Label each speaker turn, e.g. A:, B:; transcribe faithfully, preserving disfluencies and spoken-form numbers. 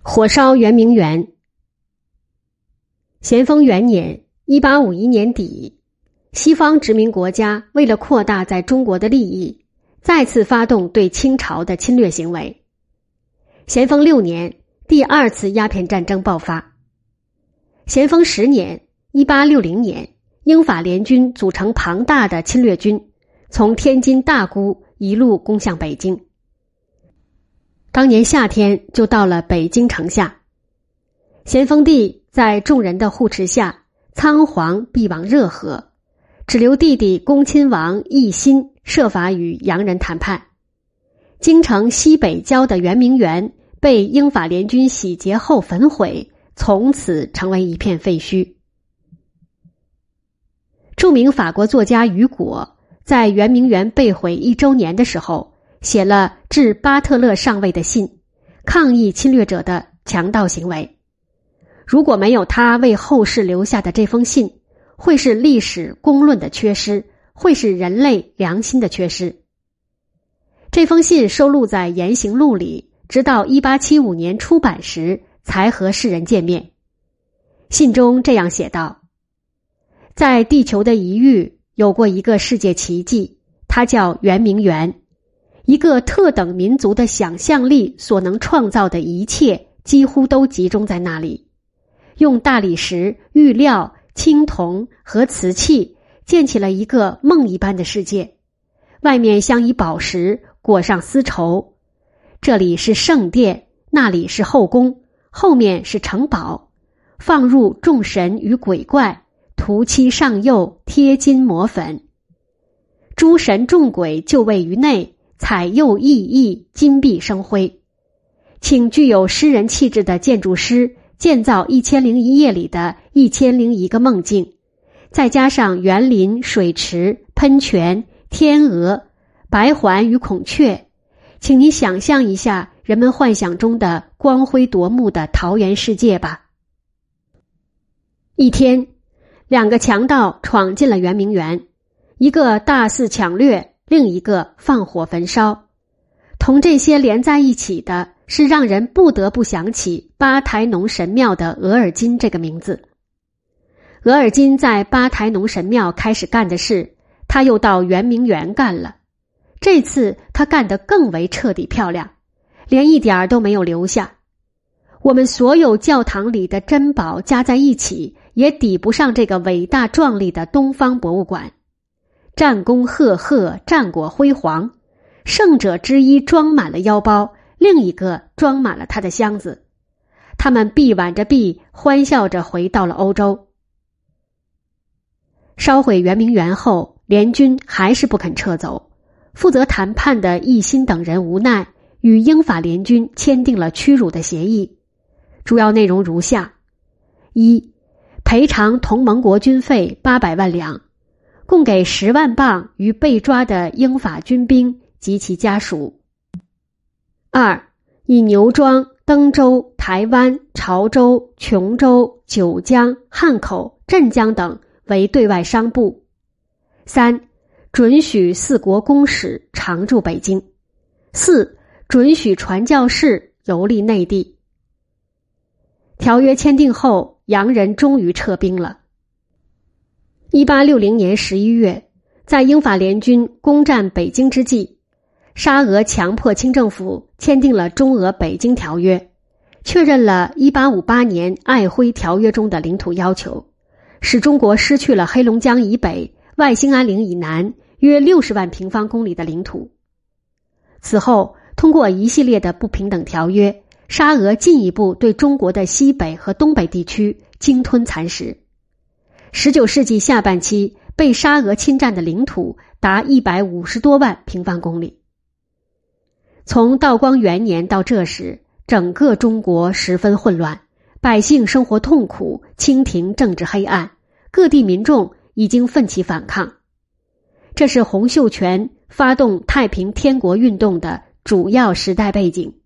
A: 火烧圆明园。咸丰元年一八五一年底，西方殖民国家为了扩大在中国的利益，再次发动对清朝的侵略行为。咸丰六年，第二次鸦片战争爆发。咸丰十年一八六零年，英法联军组成庞大的侵略军，从天津大沽一路攻向北京。当年夏天就到了北京城下，咸丰帝在众人的护持下仓皇避往热河，只留弟弟恭亲王奕欣设法与洋人谈判。京城西北郊的圆明园被英法联军洗劫后焚毁，从此成为一片废墟。著名法国作家雨果在圆明园被毁一周年的时候，写了致巴特勒上尉的信，抗议侵略者的强盗行为。如果没有他为后世留下的这封信，会是历史公论的缺失，会是人类良心的缺失。这封信收录在《言行录》里，直到一八七五年出版时才和世人见面。信中这样写道：在地球的一域有过一个世界奇迹，它叫圆明园。一个特等民族的想象力所能创造的一切几乎都集中在那里。用大理石、玉料、青铜和瓷器建起了一个梦一般的世界，外面镶以宝石，裹上丝绸。这里是圣殿，那里是后宫，后面是城堡，放入众神与鬼怪，涂漆上釉，贴金抹粉。诸神众鬼就位于内，彩釉熠熠，金碧生辉。请具有诗人气质的建筑师建造一千零一夜里的一千零一个梦境，再加上园林、水池、喷泉、天鹅、白环与孔雀，请你想象一下人们幻想中的光辉夺目的桃源世界吧。一天，两个强盗闯进了圆明园，一个大肆抢掠，另一个放火焚烧。同这些连在一起的是让人不得不想起八台农神庙的额尔金这个名字。额尔金在八台农神庙开始干的事，他又到圆明园干了。这次他干得更为彻底漂亮，连一点儿都没有留下。我们所有教堂里的珍宝加在一起，也抵不上这个伟大壮丽的东方博物馆。战功赫赫，战果辉煌，胜者之一装满了腰包，另一个装满了他的箱子。他们臂挽着臂，欢笑着回到了欧洲。烧毁圆明园后，联军还是不肯撤走。负责谈判的奕欣等人无奈，与英法联军签订了屈辱的协议。主要内容如下：一、赔偿同盟国军费八百万两，共给十万镑于被抓的英法军兵及其家属。二、以牛庄、登州、台湾、潮州、琼州、九江、汉口、镇江等为对外商部。三、准许四国公使常驻北京。四、准许传教士游历内地。条约签订后，洋人终于撤兵了。一八六零年十一月，在英法联军攻占北京之际，沙俄强迫清政府签订了中俄北京条约，确认了一八五八年瑷珲条约中的领土要求，使中国失去了黑龙江以北、外兴安岭以南约六十万平方公里的领土。此后，通过一系列的不平等条约，沙俄进一步对中国的西北和东北地区鲸吞蚕食。十九世纪下半期，被沙俄侵占的领土达一百五十多万平方公里。从道光元年到这时，整个中国十分混乱，百姓生活痛苦，清廷政治黑暗，各地民众已经奋起反抗。这是洪秀全发动太平天国运动的主要时代背景。